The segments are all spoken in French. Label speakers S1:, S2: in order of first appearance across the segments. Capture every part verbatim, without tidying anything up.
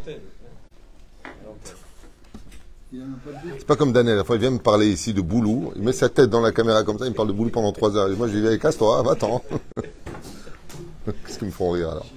S1: C'est pas comme Daniel, la fois il vient me parler ici de boulot, il met sa tête dans la caméra comme ça, il me parle de boulot pendant trois heures. Et moi je lui dis, allez, casse-toi, va-t'en. Qu'est-ce qu'ils me font rire alors?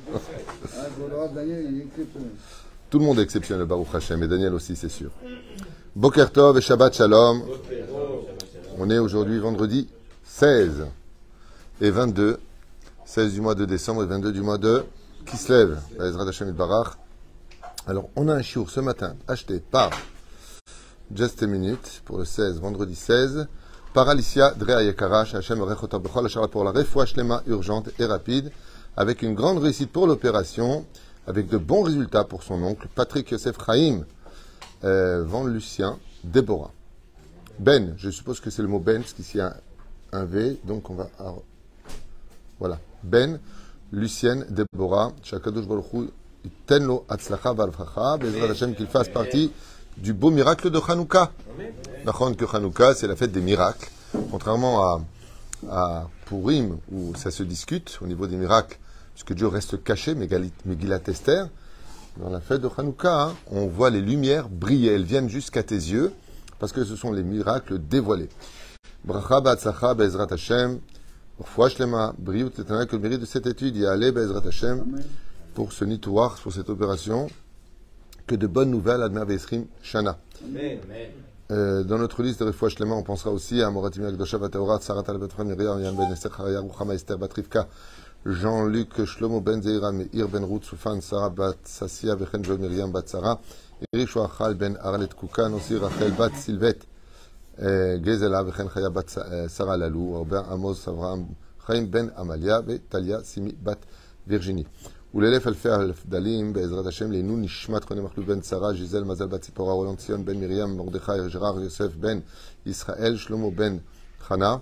S1: Tout le monde est exceptionnel, Baruch Hashem, et Daniel aussi, c'est sûr. Boker Tov et Shabbat Shalom. On est aujourd'hui vendredi seize et vingt-deux. seize du mois de décembre et vingt-deux du mois de Kislev. Ezrat Hashem et Barach. Alors, on a un chiour ce matin acheté par Just a Minute pour le seize, vendredi seize. Par Alicia Drea Yekarash, Hashem Rechotar Bechol, Hashem pour la Refoua Shlema urgente et rapide, avec une grande réussite pour l'opération, avec de bons résultats pour son oncle, Patrick Yosef Chaim, euh, Van Lucien, Déborah. Ben, je suppose que c'est le mot Ben, parce qu'ici il y a un, un V, donc on va. À, voilà. Ben, Lucienne, Déborah, Shakadosh Baruch Hu, Tenlo Atzlacha Valfracha, Bezrat Hashem qu'il fasse partie du beau miracle de Hanouka. Nachon que Hanouka, c'est la fête des miracles. Contrairement à, à Purim, où ça se discute au niveau des miracles, puisque Dieu reste caché, Megillat Esther, dans la fête de Hanouka, hein, on voit les lumières briller, elles viennent jusqu'à tes yeux, parce que ce sont les miracles dévoilés. Bracha B'Atzlacha Be'ezrat Hashem, Refoua Shlema, Briut Etana, que le mérite de cette étude, y a allé Be'ezrat Hashem, pour ce nitouar, pour cette opération, que de bonnes nouvelles, Admer Ve'esrim Shana. Amen. Euh, dans notre liste de Refoua Shlema, on pensera aussi à Moratim Akdosha Vateorat, Sarat Al-Betfran, Miriam, Yann Ben Esther, Chaya, Ruchama Esther, Batrivka, Jean-Luc Shlomo Ben Zeira, Meir Ben Ruth, Soufan, Sarah Bat Sassia, Vechen Jo Miriam Bat Sarah, Eri Shoachal Ben Arlet Koukan, aussi Rachel Bat Silvet, Gezela, Vechen Chaya Bat Sarah Lalou, Robert Amos, Avraham, Chaim Ben Amalia, Talia Simi Bat Virginie. ולאלף אלפי הבדלים בעזרת השם לעינון נשמת חוני מחלוף בן שרה, ז'יזל מזל בת ציפורה, רולנד ציון בן מרים, מרדכי, ג'רר יוסף בן ישראל, שלמה בן חנה.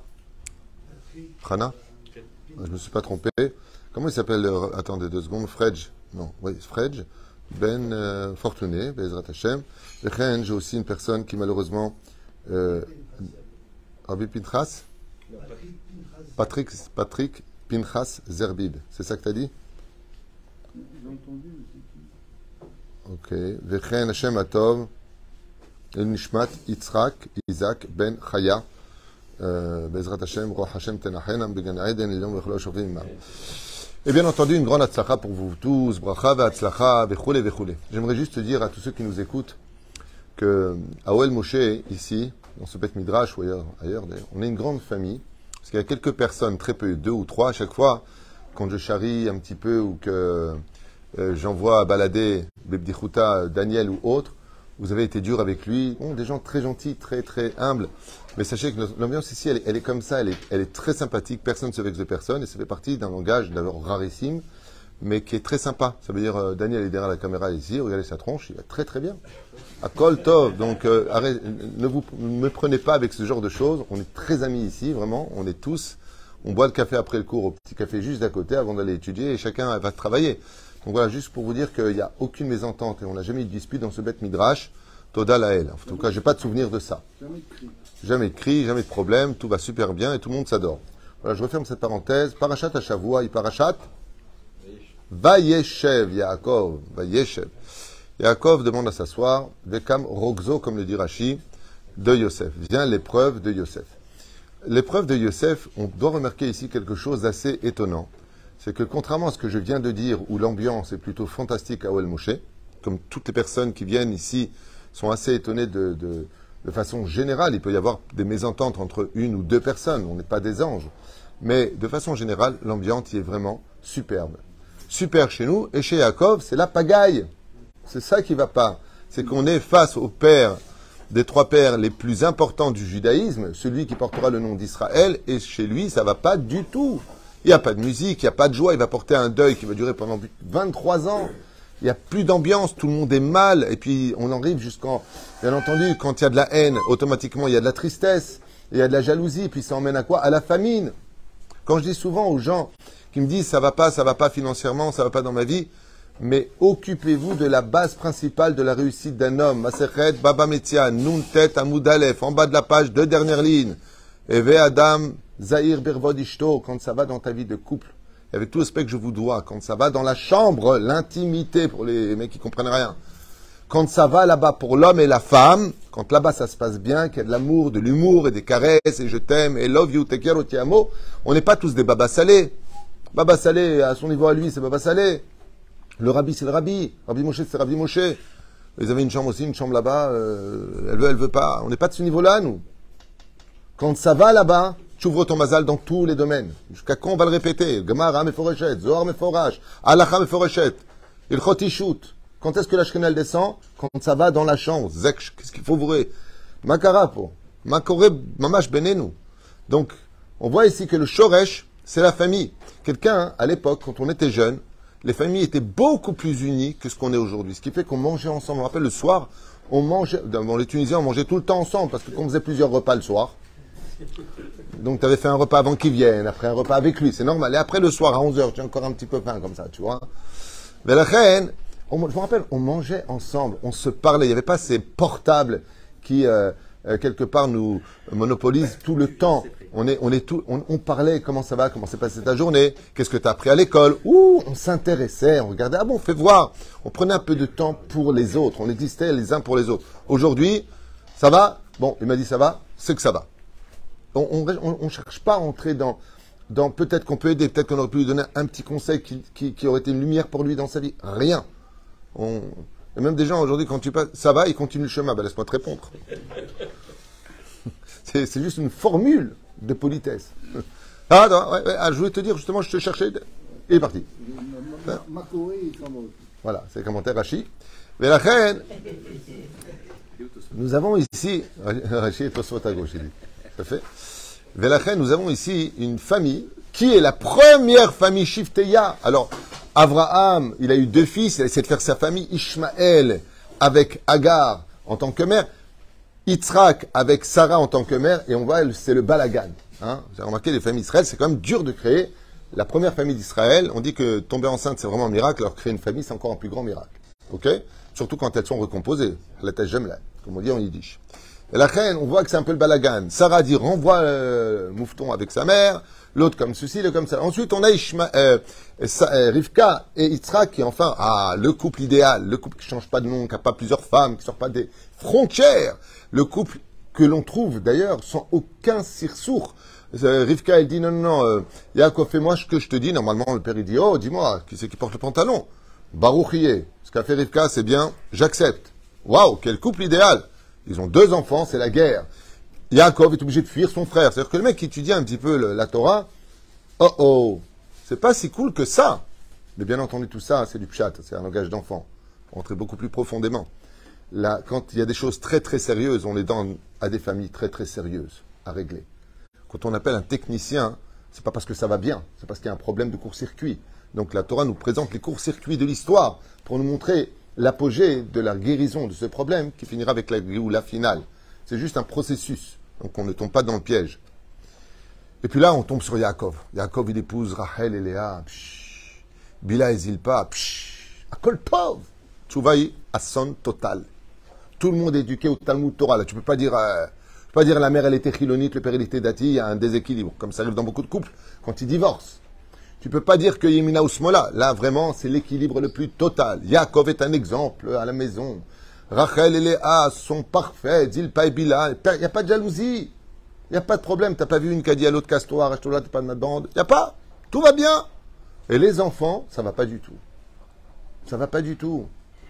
S1: Khana? Je me suis pas trompé. Comment il s'appelle? Attendez deux secondes. Fredj. Non, oui, Fredj. Ben euh, Fortuné, Bezrat Hashem. Lechen, j'ai aussi une personne qui malheureusement. Euh, Rabbi Pinchas? Patrick, Patrick Pinchas Zerbib. C'est ça que tu as dit?
S2: J'ai entendu, mais
S1: Ok.
S2: c'est qui?
S1: Vechen Hashem Atov. El Nishmat Yitzhak Isaac Ben Chaya. Bezrat Hashem, Roch Hashem Tenachen, Am Began Aiden, Elion Vechlo Shovim Mam. Et bien entendu, une grande atzlacha pour vous tous. Bracha v'atzlacha, vechule vechule. J'aimerais juste dire à tous ceux qui nous écoutent que à Ohel Moshe, ici, dans ce Beth Midrash ou ailleurs, ailleurs d'ailleurs, on est une grande famille. Parce qu'il y a quelques personnes, très peu, deux ou trois à chaque fois, quand je charrie un petit peu ou que euh, j'envoie balader Bebdichuta, Daniel ou autre, vous avez été dur avec lui. Bon, des gens très gentils, très très humbles. Mais sachez que l'ambiance ici, elle est, elle est comme ça, elle est, elle est très sympathique. Personne ne se vexe de personne et ça fait partie d'un langage d'abord rarissime, mais qui est très sympa. Ça veut dire, euh, Daniel est derrière la caméra ici, regardez sa tronche, il va très très bien. À Kol Tov, donc euh, arrête, ne vous ne me prenez pas avec ce genre de choses. On est très amis ici, vraiment. On est tous. On boit le café après le cours au petit café juste d'à côté avant d'aller étudier et chacun va travailler. Donc voilà, juste pour vous dire qu'il n'y a aucune mésentente et on n'a jamais eu de dispute dans ce Beth Midrash. Toda Lael. En tout cas, j'ai pas de souvenir de ça.
S2: Jamais de cri.
S1: Jamais de cri, jamais de problème, tout va super bien et tout le monde s'adore. Voilà, je referme cette parenthèse. Parashat Hashavua, Parashat Vayeshev, Yaakov, Vayeshev. Yaakov demande à s'asseoir, Vekam Rogzo, comme le dit Rashi, de Yosef. Vient l'épreuve de Yosef. L'épreuve de Yosef, on doit remarquer ici quelque chose d'assez étonnant. C'est que contrairement à ce que je viens de dire, où l'ambiance est plutôt fantastique à Ohel Moshe, comme toutes les personnes qui viennent ici sont assez étonnées de, de, de façon générale. Il peut y avoir des mésententes entre une ou deux personnes. On n'est pas des anges. Mais de façon générale, l'ambiance y est vraiment superbe. Super chez nous. Et chez Yaakov, c'est la pagaille. C'est ça qui ne va pas. C'est qu'on est face au père des trois pères les plus importants du judaïsme, celui qui portera le nom d'Israël. Et chez lui, ça ne va pas du tout. Il n'y a pas de musique, il n'y a pas de joie. Il va porter un deuil qui va durer pendant vingt-trois ans. Il n'y a plus d'ambiance, tout le monde est mal, et puis on en arrive jusqu'en... Bien entendu, quand il y a de la haine, automatiquement il y a de la tristesse, il y a de la jalousie, puis ça emmène à quoi? À la famine. Quand je dis souvent aux gens qui me disent « ça va pas, ça va pas financièrement, ça va pas dans ma vie », mais occupez-vous de la base principale de la réussite d'un homme. Masechet, Baba Metzia, Nun Tet, Amud Aleph, en bas de la page, deux dernières lignes. Eve Adam, Zahir Birvod Ishto, quand ça va dans ta vie de couple. Et avec tout le respect que je vous dois, quand ça va dans la chambre, l'intimité, pour les mecs qui comprennent rien, Quand ça va là-bas pour l'homme et la femme, quand là-bas ça se passe bien, qu'il y a de l'amour, de l'humour et des caresses et je t'aime et love you, te quiero, te amo, on n'est pas tous des babas salés. Baba salé, à son niveau à lui, c'est baba salé. Le rabbi, c'est le rabbi. Rabbi Moshe, c'est Rabbi Moshe. Ils avaient une chambre aussi, une chambre là-bas. Euh, elle veut, elle veut pas. On n'est pas de ce niveau-là, nous. Quand ça va là-bas, tu ouvres ton mazal dans tous les domaines. Jusqu'à quand on va le répéter? Gemara meforeshet, Zohar meforash, Halacha meforeshet, Ilchot Ishut. Quand est-ce que la Shekhinah descend? Quand ça va dans la chambre. Zek, qu'est-ce qu'il faut ouvrir? Makarapo. Makore, mamash benenu. Donc, on voit ici que le shoresh, c'est la famille. Quelqu'un, à l'époque, quand on était jeune, les familles étaient beaucoup plus unies que ce qu'on est aujourd'hui. Ce qui fait qu'on mangeait ensemble. On me rappelle, le soir, on mangeait, bon, les Tunisiens, on mangeait tout le temps ensemble, parce qu'on faisait plusieurs repas le soir. Donc, tu avais fait un repas avant qu'il vienne, après un repas avec lui, c'est normal. Et après, le soir, à onze heures, tu as encore un petit peu faim, comme ça, tu vois. Mais la reine, on, je me rappelle, on mangeait ensemble, on se parlait. Il n'y avait pas ces portables qui, euh, euh, quelque part, nous monopolisent tout le temps. On est, on est tout, on, on parlait, comment ça va, comment s'est passée ta journée, qu'est-ce que tu as appris à l'école. Ouh, on s'intéressait, on regardait, ah bon, fais voir. On prenait un peu de temps pour les autres, on existait les uns pour les autres. Aujourd'hui, ça va? Bon, il m'a dit ça va, c'est que ça va. On ne cherche pas à entrer dans, dans peut-être qu'on peut aider, peut-être qu'on aurait pu lui donner un petit conseil qui, qui, qui aurait été une lumière pour lui dans sa vie. Rien. On, il y a même des gens aujourd'hui, quand tu passes, ça va, ils continuent le chemin. Ben, laisse-moi te répondre. c'est, c'est juste une formule de politesse. Ah, non, ouais, ouais, ah, je voulais te dire, justement, je te cherchais. Il est parti. Voilà, c'est le commentaire Rashi. Mais la reine, nous avons ici, Rashi est au à gauche, il dit. Ça fait. Velachem, nous avons ici une famille qui est la première famille Shifteya. Alors, Abraham, il a eu deux fils, il a essayé de faire sa famille, Ishmaël avec Agar en tant que mère, Yitzhak avec Sarah en tant que mère, et on voit, c'est le balagan. Hein. Vous avez remarqué, les familles d'Israël, c'est quand même dur de créer. La première famille d'Israël, on dit que tomber enceinte, c'est vraiment un miracle, alors créer une famille, c'est encore un plus grand miracle. Ok? Surtout quand elles sont recomposées. La tâche j'aime là, comme on dit en yiddish. Et la reine, on voit que c'est un peu le balagan. Sarah dit renvoie le moufton avec sa mère, l'autre comme ceci, l'autre comme ça. Ensuite, on a Ishma, euh, euh, Rivka et Yitzhak qui enfin, ah, le couple idéal, le couple qui ne change pas de nom, qui n'a pas plusieurs femmes, qui ne sort pas des frontières. Le couple que l'on trouve d'ailleurs sans aucun sursour. Euh, Rivka, elle dit non, non, non, euh, Yaakov, fais-moi ce que je te dis. Normalement, le père, il dit, oh, dis-moi, qui c'est qui porte le pantalon? Baruch yé. Ce qu'a fait Rivka, c'est bien, j'accepte. Waouh, quel couple idéal! Ils ont deux enfants, c'est la guerre. Yaakov est obligé de fuir son frère. C'est-à-dire que le mec qui étudie un petit peu le, la Torah, oh oh, c'est pas si cool que ça. Mais bien entendu, tout ça, c'est du pshat, c'est un langage d'enfant. Rentrer beaucoup plus profondément. Là, quand il y a des choses très très sérieuses, on les donne à des familles très très sérieuses à régler. Quand on appelle un technicien, c'est pas parce que ça va bien, c'est parce qu'il y a un problème de court-circuit. Donc la Torah nous présente les courts-circuits de l'histoire pour nous montrer l'apogée de la guérison de ce problème qui finira avec la la finale. C'est juste un processus. Donc on ne tombe pas dans le piège. Et puis là, on tombe sur Yaakov. Yaakov, il épouse Rachel et Léa. Psh, Bila et Zilpa. Akol Tov. Tchouvaï, Asson total. Tout le monde est éduqué au Talmud Torah. Là, tu peux pas dire, euh, tu peux pas dire la mère, elle était chilonite, le père, il était dati. Il y a un déséquilibre. Comme ça arrive dans beaucoup de couples quand ils divorcent. Tu peux pas dire que Yemina ou Smola. Là, vraiment, c'est l'équilibre le plus total. Yaakov est un exemple à la maison. Rachel et Léa sont parfaits. Zilpa et Bila. Il n'y a pas de jalousie. Il n'y a pas de problème. Tu n'as pas vu une qui a dit à l'autre, casse-toi, arrache-toi, tu n'es pas de ma bande. Il n'y a pas. Tout va bien. Et les enfants, ça va pas du tout. Ça va pas du tout.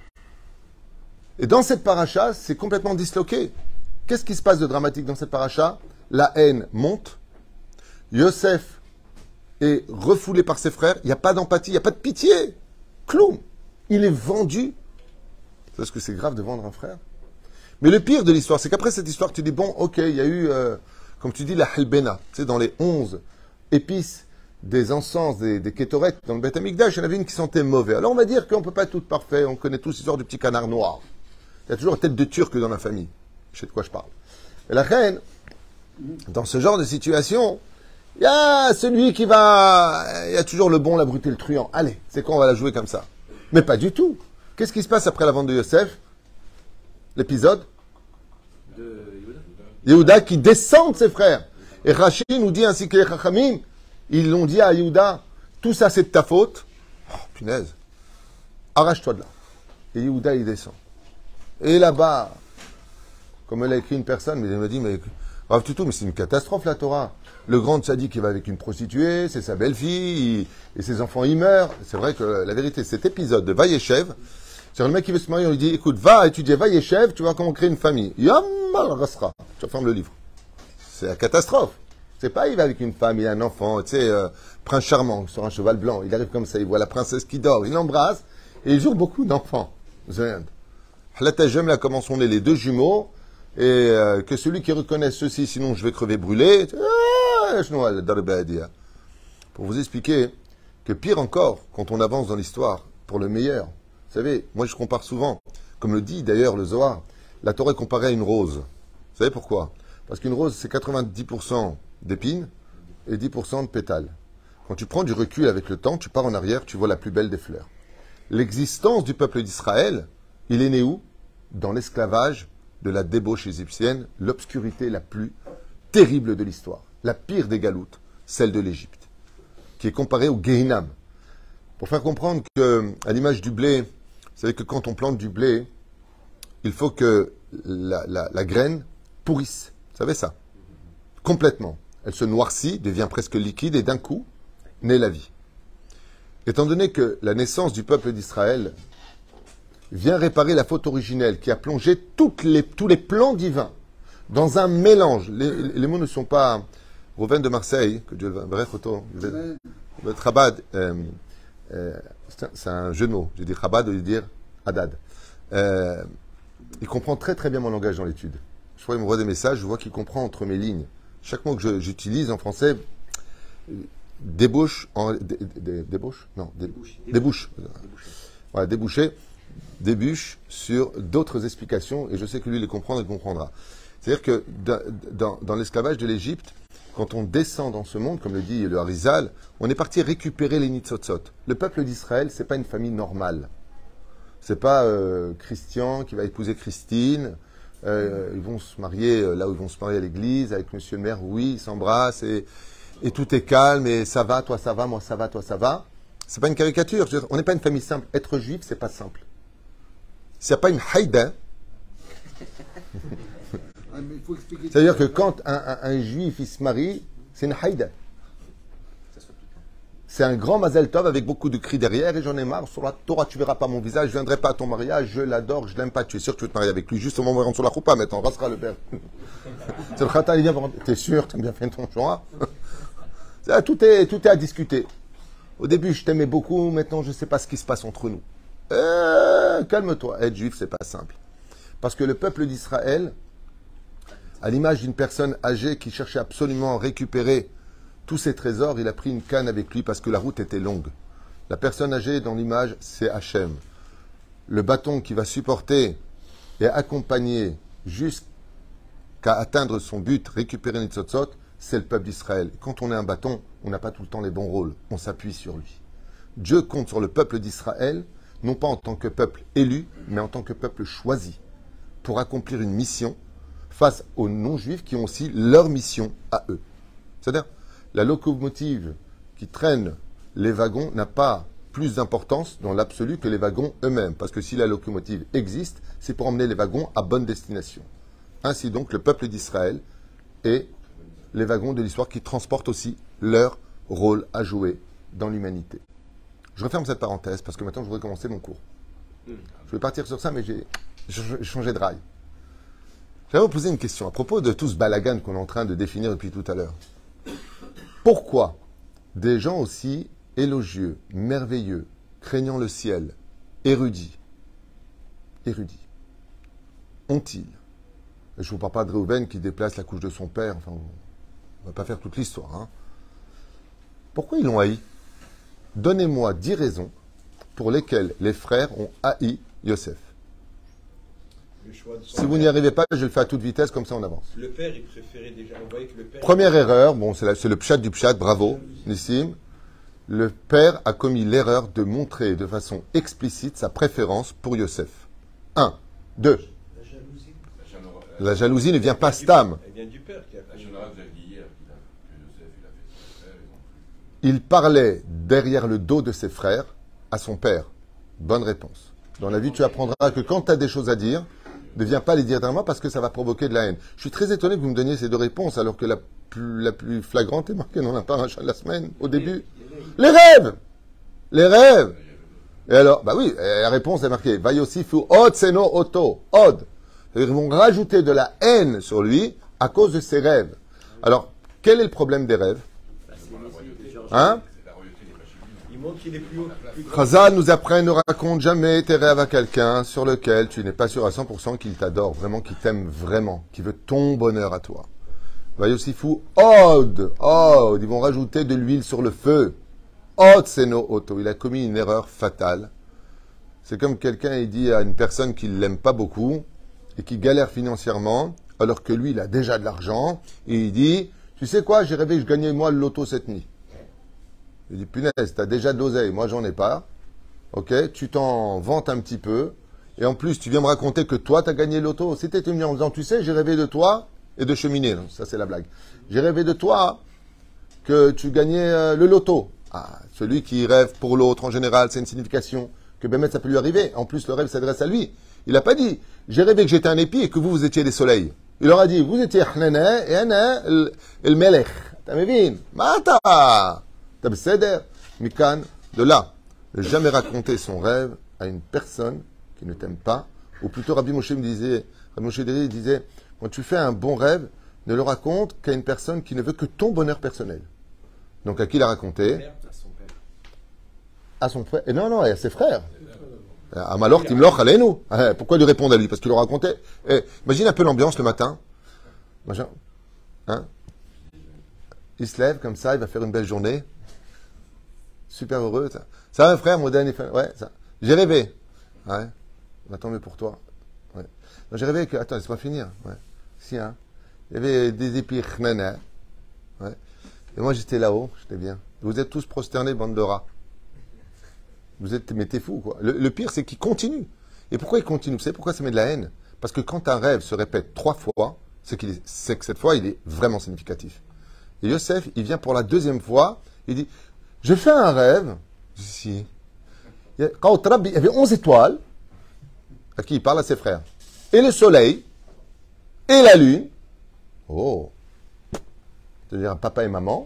S1: Et dans cette paracha, c'est complètement disloqué. Qu'est-ce qui se passe de dramatique dans cette paracha? La haine monte. Yosef est refoulé par ses frères, il n'y a pas d'empathie, il n'y a pas de pitié. Cloum. Il est vendu. Est-ce que c'est grave de vendre un frère? Mais le pire de l'histoire, c'est qu'après cette histoire, tu dis, bon, ok, il y a eu, euh, comme tu dis, la halbena. Tu sais, dans les onze épices des encens, des, des kétorets, dans le Beth Amikdash, il y en avait une qui sentait mauvais. Alors on va dire qu'on ne peut pas être tout parfait, on connaît tous l'histoire du petit canard noir. Il y a toujours une tête de turc dans la famille. Je sais de quoi je parle. Et la reine, dans ce genre de situation, il y a celui qui va... Il y a toujours le bon, la brute et le truand. Allez, c'est quoi, on va la jouer comme ça. Mais pas du tout. Qu'est-ce qui se passe après la vente de Yosef? L'épisode de Yehuda qui descend de ses frères. Et Rashi nous dit ainsi que les Chachamim, ils l'ont dit à Yehuda, tout ça c'est de ta faute. Oh, punaise. Arrache-toi de là. Et Yehuda, il descend. Et là-bas, comme elle a écrit une personne, mais elle me dit, mais Rav Tutu, mais c'est une catastrophe la Torah. Le grand tzaddik, il va avec une prostituée, c'est sa belle-fille, il- et ses enfants, ils meurent. C'est vrai que la vérité, cet épisode de Vayeshev, c'est le mec qui veut se marier, on lui dit, écoute, va étudier Vayeshev, tu vois comment créer une famille. Yamal rasra. Tu fermes le livre. C'est la catastrophe. C'est pas, il va avec une femme, il a un enfant, tu sais, euh, prince charmant, sur un cheval blanc. Il arrive comme ça, il voit la princesse qui dort, il l'embrasse, et il joue beaucoup d'enfants. Halatajum, là, comment sont nés les deux jumeaux, et euh, que celui qui reconnaisse ceci, sinon je vais crever brûlé. Pour vous expliquer que pire encore, quand on avance dans l'histoire, pour le meilleur. Vous savez, moi je compare souvent, comme le dit d'ailleurs le Zohar, la Torah est comparée à une rose. Vous savez pourquoi? Parce qu'une rose, c'est quatre-vingt-dix pour cent d'épines et dix pour cent de pétales. Quand tu prends du recul avec le temps, tu pars en arrière, tu vois la plus belle des fleurs. L'existence du peuple d'Israël, il est né où? Dans l'esclavage de la débauche égyptienne, l'obscurité la plus terrible de l'histoire. La pire des galoutes, celle de l'Égypte, qui est comparée au Gehinam. Pour faire comprendre que, à l'image du blé, vous savez que quand on plante du blé, il faut que la, la, la graine pourrisse. Vous savez ça? Complètement. Elle se noircit, devient presque liquide et d'un coup, naît la vie. Étant donné que la naissance du peuple d'Israël vient réparer la faute originelle qui a plongé toutes les, tous les plans divins dans un mélange. Les, les mots ne sont pas... Rouven de Marseille, que Dieu le vrai photo, le Chabad, euh, euh, c'est un jeu de mots. J'ai dit Chabad, au lieu de dire Haddad. Euh, il comprend très très bien mon langage dans l'étude. Je vois, il m'envoie des messages, je vois qu'il comprend entre mes lignes. Chaque mot que j'utilise en français débouche en... Dé, dé, débouche Non, dé, débouche. Voilà, déboucher, débouche sur d'autres explications, et je sais que lui les comprendre, il comprendra. C'est-à-dire que dans, dans, dans l'esclavage de l'Égypte, quand on descend dans ce monde, comme le dit le Harizal, on est parti récupérer les Nitzotzot. Le peuple d'Israël, c'est pas une famille normale. C'est pas euh, Christian qui va épouser Christine. Euh, ils vont se marier là où ils vont se marier à l'église, avec monsieur le maire, oui, ils s'embrassent et, et tout est calme et ça va, toi ça va, moi ça va, toi ça va. C'est pas une caricature. Je veux dire, on n'est pas une famille simple. Être juif, c'est pas simple. S'il n'y a pas une haïda, c'est-à-dire que quand un, un, un juif il se marie, c'est une haïda. C'est un grand mazel tov avec beaucoup de cris derrière et j'en ai marre. Sur la Torah, tu verras pas mon visage, je viendrai pas à ton mariage, je l'adore, je l'aime pas. Tu es sûr que tu veux te marier avec lui juste au moment où on rentre sur la choupa, maintenant, on rasera le père. C'est le khatan, il vient voir. T'es sûr, t'as bien fait ton choix. Tout est, tout est à discuter. Au début, je t'aimais beaucoup, maintenant, je sais pas ce qui se passe entre nous. Euh, calme-toi. Être juif, c'est pas simple. Parce que le peuple d'Israël, à l'image d'une personne âgée qui cherchait absolument à récupérer tous ses trésors, il a pris une canne avec lui parce que la route était longue. La personne âgée dans l'image, c'est Hachem. Le bâton qui va supporter et accompagner jusqu'à atteindre son but, récupérer Nitzotzot, c'est le peuple d'Israël. Quand on est un bâton, on n'a pas tout le temps les bons rôles. On s'appuie sur lui. Dieu compte sur le peuple d'Israël, non pas en tant que peuple élu, mais en tant que peuple choisi, pour accomplir une mission face aux non-juifs qui ont aussi leur mission à eux. C'est-à-dire, la locomotive qui traîne les wagons n'a pas plus d'importance dans l'absolu que les wagons eux-mêmes. Parce que si la locomotive existe, c'est pour emmener les wagons à bonne destination. Ainsi donc, le peuple d'Israël et les wagons de l'histoire qui transportent aussi leur rôle à jouer dans l'humanité. Je referme cette parenthèse parce que maintenant je voudrais commencer mon cours. Je vais partir sur ça, mais j'ai changé de rail. J'aimerais vous poser une question à propos de tout ce balagan qu'on est en train de définir depuis tout à l'heure. Pourquoi des gens aussi élogieux, merveilleux, craignant le ciel, érudits, érudits, ont-ils, et je ne vous parle pas de Réhouven qui déplace la couche de son père, enfin, on ne va pas faire toute l'histoire, hein. Pourquoi ils l'ont haï? Donnez-moi dix raisons pour lesquelles les frères ont haï Yosef. Si vous n'y arrivez pas, je le fais à toute vitesse, comme ça on avance.
S3: Le père, il préférait déjà. On voyait que le père.
S1: Première erreur, bon, c'est le pshat du pshat, bravo, Nissim. Le père a commis l'erreur de montrer de façon explicite sa préférence pour Yosef. Un. Deux.
S3: La jalousie.
S1: La jalousie ne vient pas stam.
S3: Elle vient du père qui a fait.
S1: Il parlait derrière le dos de ses frères à son père. Bonne réponse. Dans la vie, tu apprendras que quand tu as des choses à dire, Ne viens pas les dire directement parce que ça va provoquer de la haine. Je suis très étonné que vous me donniez ces deux réponses alors que la plus, la plus flagrante est marquée dans la paracha de la semaine, au début. Les rêves! Les rêves! Et alors, bah oui, la réponse est marquée. Vayosifu od seno oto. Od. Ils vont rajouter de la haine sur lui à cause de ses rêves. Alors, quel est le problème des rêves? Hein?
S3: Il montre qu'il est plus haut. Plus grand.
S1: Chazal nous apprend, ne raconte jamais tes rêves à quelqu'un sur lequel tu n'es pas sûr à cent pour cent qu'il t'adore, vraiment, qu'il t'aime vraiment, qu'il veut ton bonheur à toi. Vayosifu od. Od. Ils vont rajouter de l'huile sur le feu. Od seno oto. Il a commis une erreur fatale. C'est comme quelqu'un, il dit à une personne qu'il l'aime pas beaucoup et qui galère financièrement, alors que lui, il a déjà de l'argent, et il dit, tu sais quoi, j'ai rêvé que je gagnais moi le loto cette nuit. Il dit, punaise, t'as déjà de l'oseille, moi j'en ai pas. Ok, tu t'en vantes un petit peu, et en plus, tu viens me raconter que toi, t'as gagné le loto. Si t'étais venu en disant, tu sais, j'ai rêvé de toi, et de cheminée, non, ça c'est la blague. J'ai rêvé de toi, que tu gagnais euh, le loto. Ah, celui qui rêve pour l'autre, en général, c'est une signification que Bémet, ça peut lui arriver. En plus, le rêve s'adresse à lui. Il n'a pas dit, j'ai rêvé que j'étais un épi et que vous, vous étiez des soleils. Il leur a dit, vous étiez Hnana et Ana el Melech. T'as vu? Mata! T'as b'seder? Mikan, de là, ne jamais raconter son rêve à une personne qui ne t'aime pas. Ou plutôt, Rabbi Moshe me disait, Rabbi Moshe Deri disait, quand tu fais un bon rêve, ne le raconte qu'à une personne qui ne veut que ton bonheur personnel. Donc, à qui l'a raconté?
S3: À son père.
S1: À son frère. Et non, non, et à ses frères. À Malor, Timloch, allez-nous. Pourquoi lui répondre à lui? Parce que tu le racontais. Eh, imagine un peu l'ambiance le matin. Hein? Il se lève comme ça, il va faire une belle journée. Super heureux. Ça, ça va, frère, mon dernier. Ouais, ça. J'ai rêvé. Ouais. Bah, tant mieux pour toi. Ouais. Non, j'ai rêvé que. Attends, laisse-moi finir. Ouais. Si, hein. Il y avait des épis nana. Ouais. Et moi, j'étais là-haut. J'étais bien. Vous êtes tous prosternés, bande de rats. Vous êtes, mais t'es fou, quoi. Le, le pire, c'est qu'il continue. Et pourquoi il continue? Vous savez pourquoi ça met de la haine? Parce que quand un rêve se répète trois fois, c'est, qu'il est, c'est que cette fois, il est vraiment significatif. Et Yosef, il vient pour la deuxième fois, il dit, je fais un rêve, si. Il y avait onze étoiles, à qui il parle? À ses frères. Et le soleil, et la lune. Oh. C'est-à-dire papa et maman.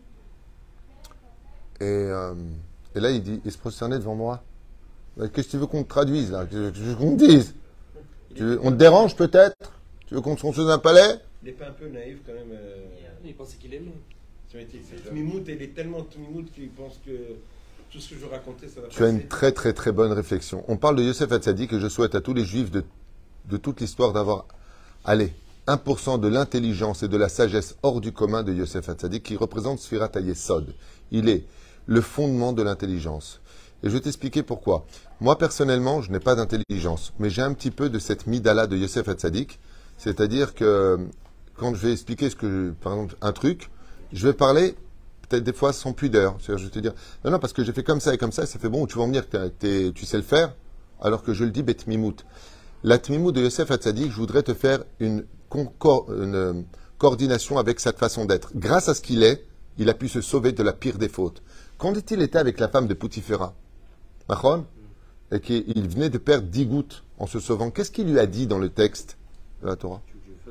S1: Et... Euh, Et là, il dit, il se prosternait devant moi. Qu'est-ce que tu veux qu'on te traduise, là? Qu'est-ce que tu veux qu'on te dise? Tu veux, on te dérange, peut-être? Tu veux qu'on te construise un palais?
S3: Il n'est pas un peu naïf, quand même. Euh...
S4: Il pensait qu'il aimait.
S3: Tmimout, il est tellement Tmimout qu'il pense que tout ce que je racontais, ça va
S1: Tu as une très, très, très bonne réflexion. On parle de Yosef Hatzadik et je souhaite à tous les juifs de, de toute l'histoire d'avoir, allez, un pour cent de l'intelligence et de la sagesse hors du commun de Yosef Hatzadik qui représente Sfirat HaYesod. Il est le fondement de l'intelligence. Et je vais t'expliquer pourquoi. Moi, personnellement, je n'ai pas d'intelligence, mais j'ai un petit peu de cette midala de Yosef Hatzadik, c'est-à-dire que quand je vais expliquer ce que, par exemple, un truc, je vais parler peut-être des fois sans pudeur. C'est-à-dire, je vais te dire, non, non, parce que j'ai fait comme ça et comme ça, et ça fait bon, tu vas me dire que t'es, tu sais le faire, alors que je le dis, bet mimout. La tmimout de Yosef Hatzadik, je voudrais te faire une, concor- une coordination avec cette façon d'être. Grâce à ce qu'il est, il a pu se sauver de la pire des fautes. Quand il était avec la femme de Poutifera, et qu'il venait de perdre dix gouttes en se sauvant, qu'est-ce qu'il lui a dit dans le texte de la Torah?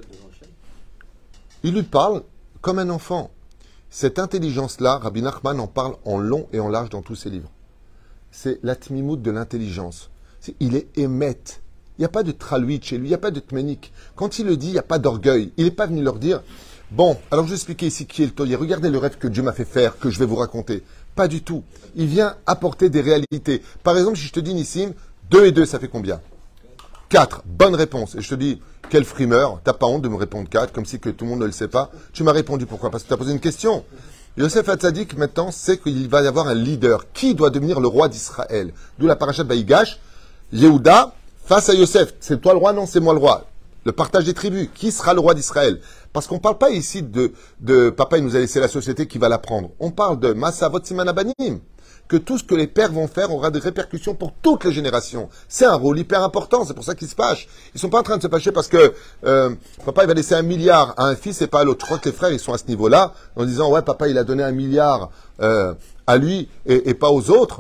S1: Il lui parle comme un enfant. Cette intelligence-là, Rabbi Nachman en parle en long et en large dans tous ses livres. C'est la tmimout de l'intelligence. C'est, il est émette. Il n'y a pas de traluit chez lui, il n'y a pas de tménique. Quand il le dit, il n'y a pas d'orgueil. Il n'est pas venu leur dire, bon, alors je vais expliquer ici qui est le taulier. Regardez le rêve que Dieu m'a fait faire, que je vais vous raconter. Pas du tout. Il vient apporter des réalités. Par exemple, si je te dis, Nissim, deux et deux, ça fait combien? quatre. Bonne réponse. Et je te dis, quel frimeur, t'as pas honte de me répondre quatre, comme si que tout le monde ne le sait pas. Tu m'as répondu pourquoi? Parce que tu as posé une question. Yosef Hatzadik, maintenant, sait qu'il va y avoir un leader. Qui doit devenir le roi d'Israël? D'où la parashat Vaïgash. Yehuda, face à Yosef. C'est toi le roi? Non, c'est moi le roi. Le partage des tribus. Qui sera le roi d'Israël? Parce qu'on ne parle pas ici de, de papa, il nous a laissé la société qui va la prendre. On parle de Masavot Simanabanim. Que tout ce que les pères vont faire aura des répercussions pour toutes les générations. C'est un rôle hyper important, c'est pour ça qu'ils se fâchent. Ils sont pas en train de se fâcher parce que euh, papa il va laisser un milliard à un fils et pas à l'autre. Je crois que les frères ils sont à ce niveau-là, en disant ouais papa il a donné un milliard euh, à lui et, et pas aux autres.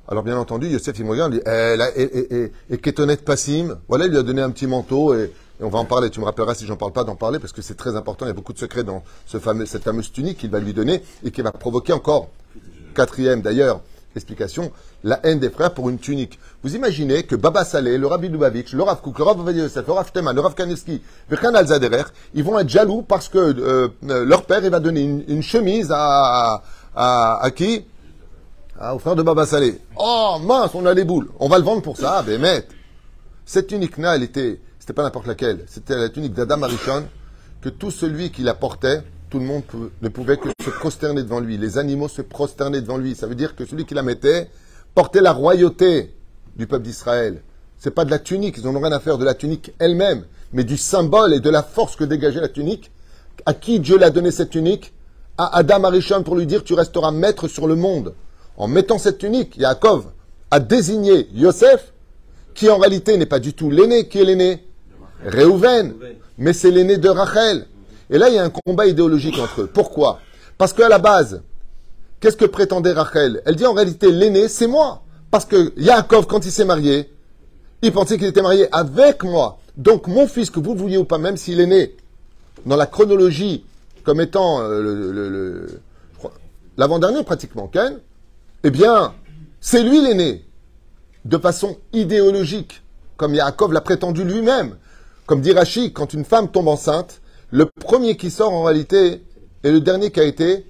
S1: Alors bien entendu, Yosef, il me regarde, il dit, eh, là, et, et, et, et Ketonet Passim, voilà, il lui a donné un petit manteau, et, et on va en parler, tu me rappelleras si j'en parle pas d'en parler, parce que c'est très important, il y a beaucoup de secrets dans ce fameux, cette fameuse tunique qu'il va lui donner, et qui va provoquer encore, quatrième d'ailleurs, explication, la haine des frères pour une tunique. Vous imaginez que Baba Saleh, le Rabbi Lubavitch, le Rav Kook, le Rav Ovadia Yosef, le Rav Shteman, le Rav Kanevski, le Khan Alzaderer, ils vont être jaloux parce que euh, euh, leur père, il va donner une, une chemise à, à, à qui? Ah, au frère de Baba Saleh. Oh, mince, on a les boules. On va le vendre pour ça, Bémet. Cette tunique-là, elle était, c'était pas n'importe laquelle. C'était la tunique d'Adam Arishon, que tout celui qui la portait, tout le monde ne pouvait que se prosterner devant lui. Les animaux se prosternaient devant lui. Ça veut dire que celui qui la mettait portait la royauté du peuple d'Israël. C'est pas de la tunique, ils n'en ont rien à faire de la tunique elle-même, mais du symbole et de la force que dégageait la tunique. À qui Dieu l'a donné cette tunique? À Adam Arishon pour lui dire, tu resteras maître sur le monde. En mettant cette tunique, Yaakov a désigné Yosef, qui en réalité n'est pas du tout l'aîné. Qui est l'aîné? Réhouven. Mais c'est l'aîné de Rachel. Et là, il y a un combat idéologique entre eux. Pourquoi? Parce qu'à la base, qu'est-ce que prétendait Rachel? Elle dit en réalité, l'aîné, c'est moi. Parce que Yaakov, quand il s'est marié, il pensait qu'il était marié avec moi. Donc mon fils, que vous le vouliez ou pas, même s'il est né dans la chronologie comme étant euh, le, le, le, l'avant-dernier pratiquement, Ken, eh bien, c'est lui l'aîné, de façon idéologique, comme Yaakov l'a prétendu lui-même. Comme dit Rashi, quand une femme tombe enceinte, le premier qui sort en réalité est le dernier qui a été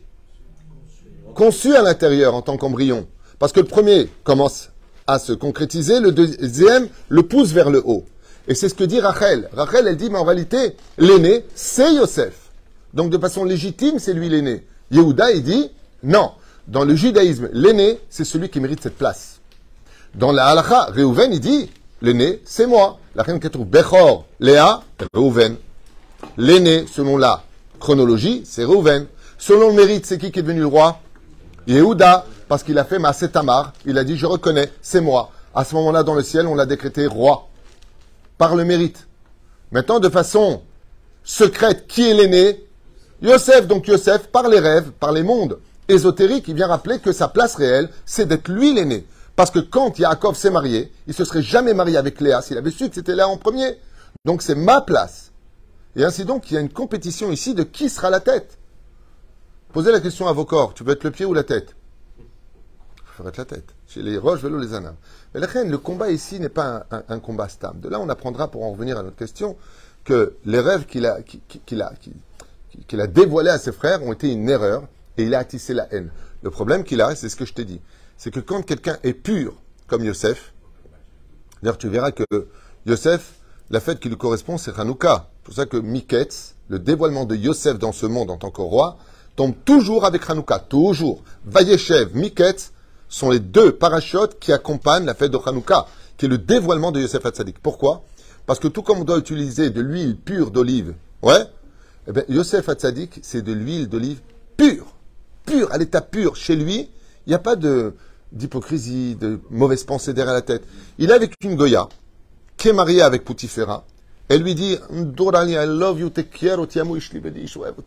S1: conçu à l'intérieur en tant qu'embryon. Parce que le premier commence à se concrétiser, le deuxième le pousse vers le haut. Et c'est ce que dit Rachel. Rachel, elle dit, mais en réalité, l'aîné, c'est Yosef. Donc de façon légitime, c'est lui l'aîné. Yehuda, il dit, non. Dans le judaïsme, l'aîné, c'est celui qui mérite cette place. Dans la halakha, Réhouven, il dit, l'aîné, c'est moi. La reine qui trouve Bechor, Léa, Réhouven. L'aîné, selon la chronologie, c'est Réhouven. Selon le mérite, c'est qui qui est devenu le roi? Yehuda, parce qu'il a fait Maaseh Tamar. Il a dit, je reconnais, c'est moi. À ce moment-là, dans le ciel, on l'a décrété roi. Par le mérite. Maintenant, de façon secrète, qui est l'aîné? Yosef. Donc Yosef, par les rêves, par les mondes ésotériques, il vient rappeler que sa place réelle, c'est d'être lui l'aîné. Parce que quand Yaakov s'est marié, il ne se serait jamais marié avec Léa s'il avait su que c'était Léa en premier. Donc c'est ma place. Et ainsi donc, il y a une compétition ici de qui sera la tête. Posez la question à vos corps. Tu veux être le pied ou la tête? Il faut être la tête. Chez les roches, vélo, les anam. Mais la reine, le combat ici n'est pas un, un, un combat stable. De là, on apprendra, pour en revenir à notre question, que les rêves qu'il a, qu'il a, qu'il a dévoilés à ses frères ont été une erreur et il a attissé la haine. Le problème qu'il a, c'est ce que je t'ai dit, c'est que quand quelqu'un est pur, comme Yosef, d'ailleurs tu verras que Yosef, la fête qui lui correspond, c'est Hanouka. C'est pour ça que Miketz, le dévoilement de Yosef dans ce monde en tant que roi, tombe toujours avec Hanouka, toujours. Vayeshev, Miketz sont les deux parachutes qui accompagnent la fête de Hanouka, qui est le dévoilement de Yosef Hatzadik. Pourquoi? Parce que tout comme on doit utiliser de l'huile pure d'olive, ouais, eh bien, Yosef Hatzadik, c'est de l'huile d'olive pure, pure, à l'état pur. Chez lui, il n'y a pas de d'hypocrisie, de mauvaise pensée derrière la tête. Il est avec une Goya, qui est mariée avec Poutifera. Elle lui dit, Dorani, I love you, te quiero, ti amo, ishli bedi,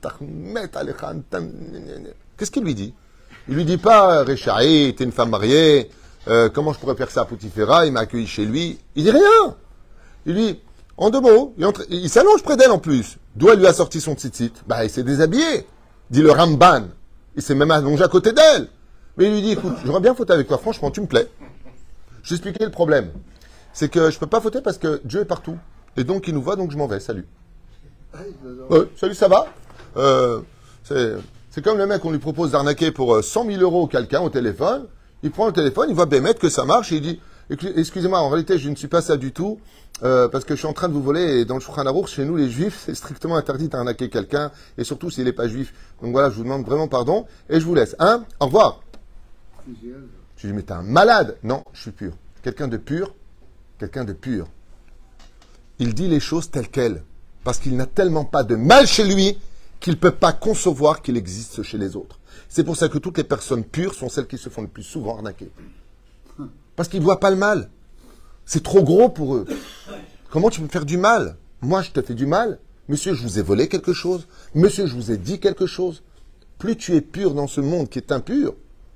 S1: qu'est-ce qu'il lui dit? Il lui dit pas, Réchaï, t'es une femme mariée, euh, comment je pourrais faire ça à Poutifera? Il m'a accueilli chez lui. Il dit rien. Il dit, en deux mots, il, entre... il s'allonge près d'elle en plus. D'où elle lui a sorti son tzitzit? Bah, il s'est déshabillé. Dit le Ramban. Il s'est même allongé à côté d'elle. Mais il lui dit, écoute, j'aurais bien fauté avec toi, franchement, tu me plais. J'expliquais le problème. C'est que je peux pas fauter parce que Dieu est partout. Et donc, il nous voit, donc je m'en vais. Salut. Ouais, salut, ça va? euh, c'est, c'est comme le mec, on lui propose d'arnaquer pour cent mille euros quelqu'un au téléphone. Il prend le téléphone, il voit Bémet que ça marche et il dit, excusez-moi, en réalité, je ne suis pas ça du tout, euh, parce que je suis en train de vous voler, et dans le Shulchan Aruch, chez nous, les juifs, c'est strictement interdit d'arnaquer quelqu'un, et surtout s'il n'est pas juif. Donc voilà, je vous demande vraiment pardon, et je vous laisse. Hein? Au revoir. Je lui dis, mais t'es un malade. Non, je suis pur. Quelqu'un de pur, quelqu'un de pur. Il dit les choses telles quelles, parce qu'il n'a tellement pas de mal chez lui, qu'il ne peut pas concevoir qu'il existe chez les autres. C'est pour ça que toutes les personnes pures sont celles qui se font le plus souvent arnaquer. Parce qu'ils ne voient pas le mal. C'est trop gros pour eux. Comment tu peux me faire du mal? Moi, je te fais du mal. Monsieur, je vous ai volé quelque chose. Monsieur, je vous ai dit quelque chose. Plus tu es pur dans ce monde qui est impur,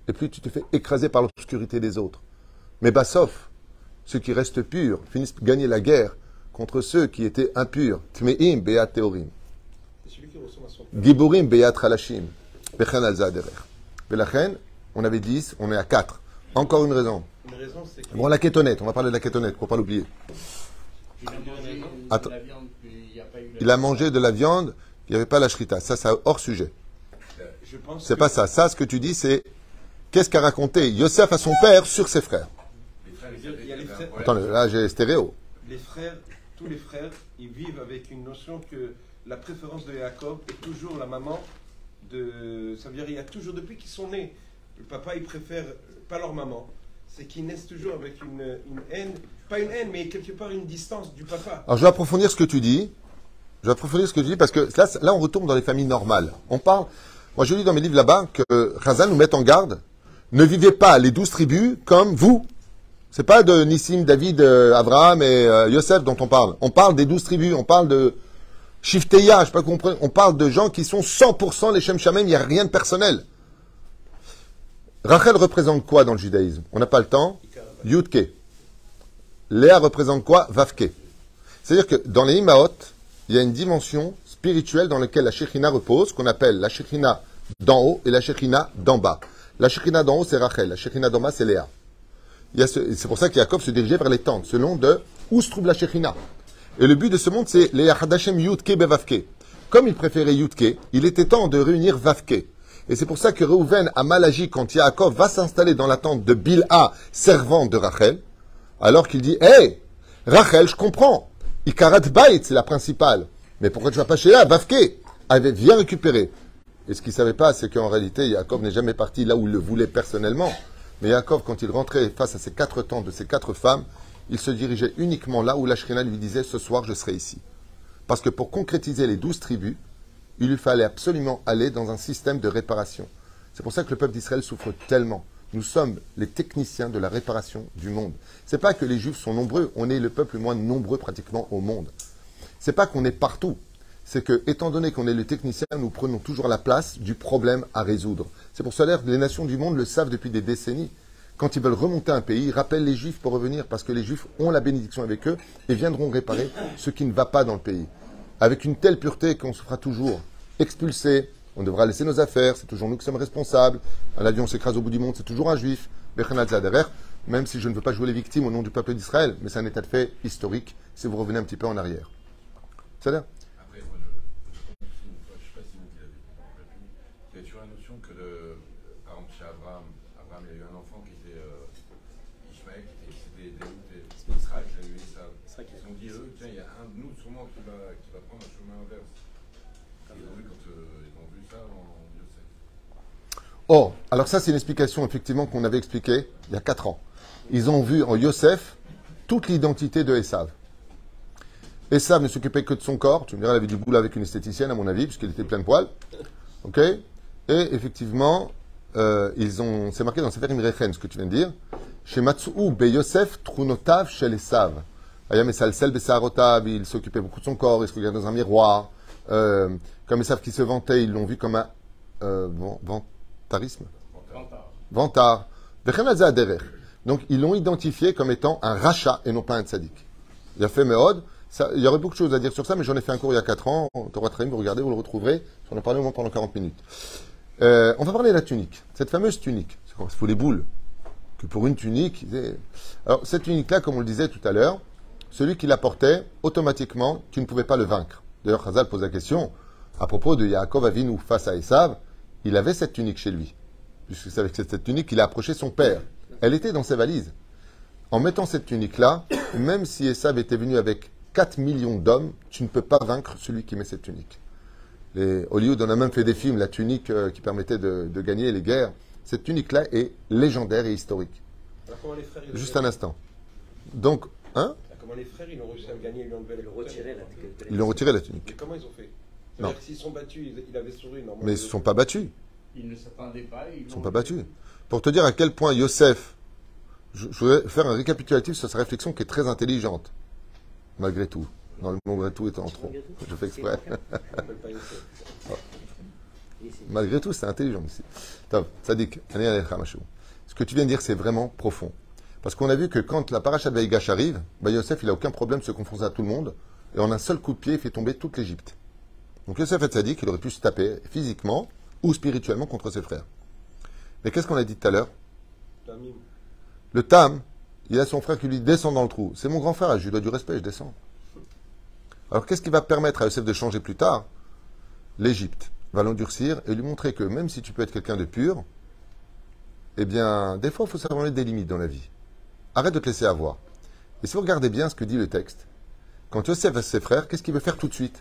S1: et plus tu te fais écraser par l'obscurité des autres. Mais Bassof, ceux qui restent purs, finissent par gagner la guerre contre ceux qui étaient impurs. Tmeim Beyat Teorim.
S3: C'est celui qui ressemble à son père.
S1: Giborim Beyat Halashim. Bechen al Zaderer. Belachen, on avait dix, on est à quatre. Encore une raison.
S3: Une raison, c'est que.
S1: Bon, la kétonnette, on va parler de la kétonnette, pour ne pas l'oublier.
S4: Il a mangé de
S1: Attends.
S4: la viande, puis il n'y a pas eu la...
S1: Il a mangé de la viande, il n'y avait pas la shrita. Ça, c'est hors sujet.
S3: Je pense
S1: C'est
S3: que-
S1: pas ça. Ça, ce que tu dis, c'est qu'est-ce qu'a raconté Yosef à son père sur ses frères.
S3: Il y a les frères,
S1: Attends, là, j'ai stéréo.
S3: les frères, tous les frères, ils vivent avec une notion que la préférence de Jacob est toujours la maman de. Ça veut dire, il y a toujours, depuis qu'ils sont nés, le papa, il préfère pas leur maman. C'est qu'ils naissent toujours avec une, une haine, pas une haine, mais quelque part une distance du papa.
S1: Alors, je vais approfondir ce que tu dis. Je vais approfondir ce que tu dis parce que là, là, on retourne dans les familles normales. On parle. Moi, je lis dans mes livres là-bas que Chazal nous met en garde. Ne vivez pas les douze tribus comme vous. C'est pas de Nissim, David, euh, Abraham et euh, Yosef dont on parle. On parle des douze tribus. On parle de Shifteya. Je sais pas comprendre. On parle de gens qui sont cent pour cent les Shem Shamem. Il n'y a rien de personnel. Rachel représente quoi dans le judaïsme? On n'a pas le temps. Yudke. Léa représente quoi? Vavke. C'est-à-dire que dans les Imaot, il y a une dimension spirituelle dans laquelle la Shekhinah repose, qu'on appelle la Shekhinah d'en haut et la Shekhinah d'en bas. La Shekhinah d'en haut, c'est Rachel. La Shekhinah d'en bas, c'est Léa. Il y a ce- c'est pour ça qu'Yaakov se dirigeait vers les tentes, selon de où se trouve la Shekhinah. Et le but de ce monde, c'est Léa Hadashem Yudke Bevavke. Comme il préférait Yudke, il était temps de réunir Vavke. Et c'est pour ça que Reuven a mal agi quand Yaakov va s'installer dans la tente de Bilha, servante de Rachel, alors qu'il dit « Hé, Rachel, je comprends. Ikarat Bait, c'est la principale. Mais pourquoi tu vas pas chez là? Vavke, avait viens récupérer. » Et ce qu'il ne savait pas, c'est qu'en réalité, Yaakov n'est jamais parti là où il le voulait personnellement. Mais Yaakov, quand il rentrait face à ses quatre tentes de ses quatre femmes, il se dirigeait uniquement là où la Shrina lui disait « Ce soir, je serai ici. » Parce que pour concrétiser les douze tribus, il lui fallait absolument aller dans un système de réparation. C'est pour ça que le peuple d'Israël souffre tellement. Nous sommes les techniciens de la réparation du monde. C'est pas que les Juifs sont nombreux, on est le peuple le moins nombreux pratiquement au monde. C'est pas qu'on est partout, c'est que, étant donné qu'on est les techniciens, nous prenons toujours la place du problème à résoudre. C'est pour cela que les nations du monde le savent depuis des décennies. Quand ils veulent remonter un pays, ils rappellent les Juifs pour revenir, parce que les Juifs ont la bénédiction avec eux et viendront réparer ce qui ne va pas dans le pays. Avec une telle pureté qu'on se fera toujours expulser, on devra laisser nos affaires, c'est toujours nous qui sommes responsables. Un avion s'écrase au bout du monde, c'est toujours un juif. Même si je ne veux pas jouer les victimes au nom du peuple d'Israël, mais c'est un état de fait historique si vous revenez un petit peu en arrière. C'est-à-dire
S5: Après, moi, je, je, je sais pas si vous l'avez compris, il y a toujours la notion que, le, par exemple, chez Abraham, Abraham, il y a eu un enfant qui était euh, Ishmaël, et c'était Israël qui a eu ça. Ils se sont dit, eux, tiens, il y a un de nous sûrement qui va, qui va prendre un chemin inverse. Ils ont vu, quand, euh, ils ont vu ça en Yosef.
S1: Oh, alors ça c'est une explication effectivement qu'on avait expliquée il y a quatre ans. Ils ont vu en Yosef toute l'identité de Esav. Esav ne s'occupait que de son corps. Tu me diras, il avait du boulot avec une esthéticienne à mon avis, puisqu'il était plein de poils. Ok. Et effectivement, euh, ils ont, c'est marqué dans Sefer Imrechen, ce que tu viens de dire. Chez Matsu'u be Yosef trunotav chez Esav. Ayam Esalsel besarotav, il s'occupait beaucoup de son corps, il se regardait dans un miroir. Euh, comme Esav qui se vantait, ils l'ont vu comme un euh, vantarisme. Vantard. Donc, ils l'ont identifié comme étant un rachat et non pas un tzaddik. Il a fait Méhod. Ça, il y aurait beaucoup de choses à dire sur ça, mais j'en ai fait un cours il y a quatre ans. Torah Traim, vous regardez, vous le retrouverez. J'en ai parlé au moins pendant quarante minutes. Euh, on va parler de la tunique. Cette fameuse tunique. C'est quoi? Il faut les boules. Que pour une tunique. Alors, cette tunique-là, comme on le disait tout à l'heure, celui qui la portait, automatiquement, tu ne pouvais pas le vaincre. D'ailleurs, Chazal pose la question à propos de Yaakov Avinu face à Esav. Il avait cette tunique chez lui. Puisque c'est avec cette tunique qu'il a approché son père. Elle était dans ses valises. En mettant cette tunique-là, même si Esav était venu avec quatre millions d'hommes, tu ne peux pas vaincre celui qui met cette tunique. Les, Hollywood en a même fait des films, la tunique euh, qui permettait de, de gagner les guerres. Cette tunique-là est légendaire et historique.
S3: Alors, comment les frères, ils ont
S1: Juste
S3: gagné
S1: un instant. Donc, hein
S3: Comment les frères, ils ont réussi à le gagner, ils lui ont enlevé la
S6: Retirer la
S1: Ils lui ont retiré la tunique.
S3: Mais comment ils ont fait?
S1: Non.
S3: C'est-à-dire que s'ils sont battus, ils, il avait souri, normalement.
S1: Mais ils ne se sont pas battus.
S4: Ils ne s'attendaient pas. Ils
S1: Ils ne sont pas battus. Pour te dire à quel point Yosef, je, je voudrais faire un récapitulatif sur sa réflexion qui est très intelligente, malgré tout. Dans le malgré tout étant trop. Je fais exprès.
S3: Ils s'appellent pas Yosef.
S1: Malgré tout, c'est intelligent ici. Tov, Tzadik, Ani Alecha Mashou. Ce que tu viens de dire, c'est vraiment profond. Parce qu'on a vu que quand la paracha de Vaïgash arrive, bah Yosef, il n'a aucun problème de se confronter à tout le monde. Et en un seul coup de pied, il fait tomber toute l'Égypte. Donc Yosef et Tzadik, il aurait pu se taper physiquement ou spirituellement contre ses frères. Mais qu'est-ce qu'on a dit tout à l'heure?
S3: Tamim.
S1: Le Tam, il a son frère qui lui descend dans le trou. C'est mon grand frère, je lui dois du respect, je descends. Alors qu'est-ce qui va permettre à Yosef de changer plus tard? L'Égypte va l'endurcir et lui montrer que même si tu peux être quelqu'un de pur, eh bien, des fois, il faut savoir mettre des limites dans la vie. Arrête de te laisser avoir. Et si vous regardez bien ce que dit le texte, quand Yosef a ses frères, qu'est-ce qu'il veut faire tout de suite?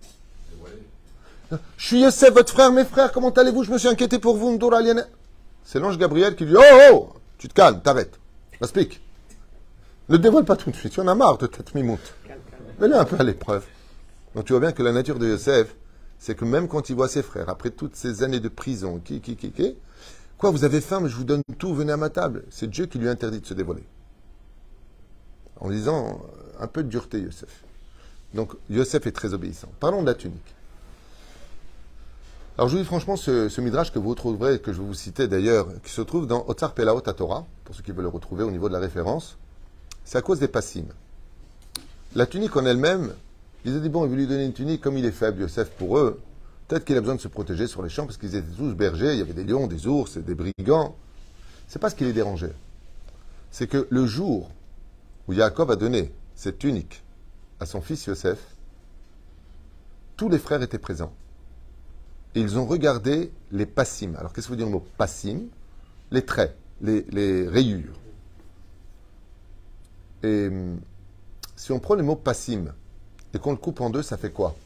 S1: Je suis Yosef, votre frère, mes frères, comment allez-vous? Je me suis inquiété pour vous, Ndour Aliane. C'est l'ange Gabriel qui lui dit, oh, oh, tu te calmes, t'arrêtes. Explique. Ne dévoile pas tout de suite, tu en as marre de cette mimoute. Mets-le un peu à l'épreuve. Donc tu vois bien que la nature de Yosef, c'est que même quand il voit ses frères, après toutes ces années de prison, qui, qui, qui, qui, quoi, vous avez faim, mais je vous donne tout, venez à ma table. C'est Dieu qui lui interdit de se dévoiler. En disant, un peu de dureté, Yosef. Donc Yosef est très obéissant. Parlons de la tunique. Alors je vous dis franchement, ce, ce midrash que vous retrouverez, que je vais vous citer d'ailleurs, qui se trouve dans Otsar Pelaot Torah, pour ceux qui veulent le retrouver au niveau de la référence, c'est à cause des passim. La tunique en elle-même, ils ont dit, bon, ils veulent lui donner une tunique, comme il est faible, Yosef, pour eux, peut-être qu'il a besoin de se protéger sur les champs, parce qu'ils étaient tous bergers, il y avait des lions, des ours, des brigands. C'est pas ce qui les dérangeait. C'est que le jour où Yaakov a donné cette tunique à son fils Yosef, tous les frères étaient présents. Et ils ont regardé les passim. Alors, qu'est-ce que veut dire le mot passim? Les traits, les, les rayures. Et si on prend le mot passim et qu'on le coupe en deux, ça fait quoi?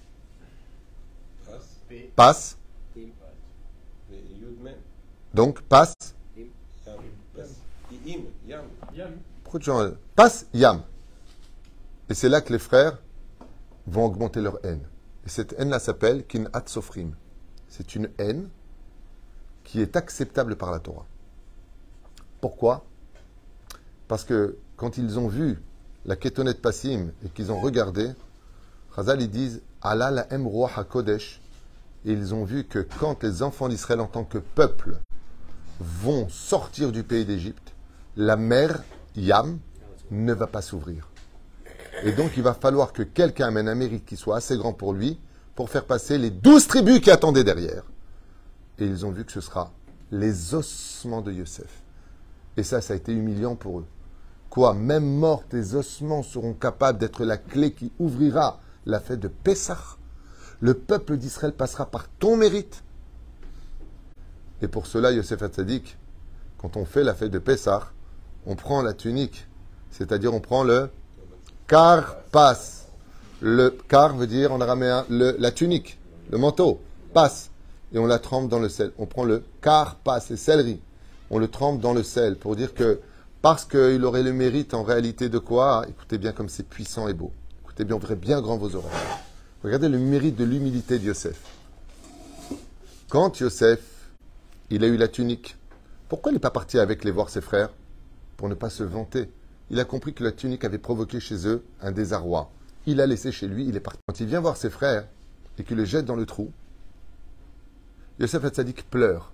S3: Passe.
S1: Passe.
S3: Les Yudmen.
S1: Donc, passe.
S3: Yam. Passe. Im. Yam.
S4: Yam.
S1: Beaucoup de gens. Passe, yam. Et c'est là que les frères vont augmenter leur haine. Et cette haine-là s'appelle kin'at sofrim. C'est une haine qui est acceptable par la Torah. Pourquoi? Parce que quand ils ont vu la kétonette passim et qu'ils ont regardé, Chazal, ils disent Allah la em roi hakodesh. Et ils ont vu que quand les enfants d'Israël en tant que peuple vont sortir du pays d'Égypte, la mer Yam ne va pas s'ouvrir. Et donc il va falloir que quelqu'un amène un mérite qui soit assez grand pour lui pour faire passer les douze tribus qui attendaient derrière. Et ils ont vu que ce sera les ossements de Yosef. Et ça, ça a été humiliant pour eux. Quoi? Même morts, tes ossements seront capables d'être la clé qui ouvrira la fête de Pessah. Le peuple d'Israël passera par ton mérite. Et pour cela, Yosef Hatzadik, quand on fait la fête de Pessah, on prend la tunique, c'est-à-dire on prend le karpas. Le kar veut dire en araméen le, la tunique, le manteau, passe, et on la trempe dans le sel. On prend le karpas, c'est céleri. On le trempe dans le sel pour dire que parce qu'il aurait le mérite en réalité de quoi? Écoutez bien comme c'est puissant et beau. Écoutez bien, ouvrez bien grand vos oreilles. Regardez le mérite de l'humilité de Yosef. Quand Yosef, il a eu la tunique, pourquoi il n'est pas parti avec les voir ses frères? Pour ne pas se vanter. Il a compris que la tunique avait provoqué chez eux un désarroi. Il a laissé chez lui, il est parti. Quand il vient voir ses frères et qu'il les jette dans le trou, Yosef Hatzadik pleure.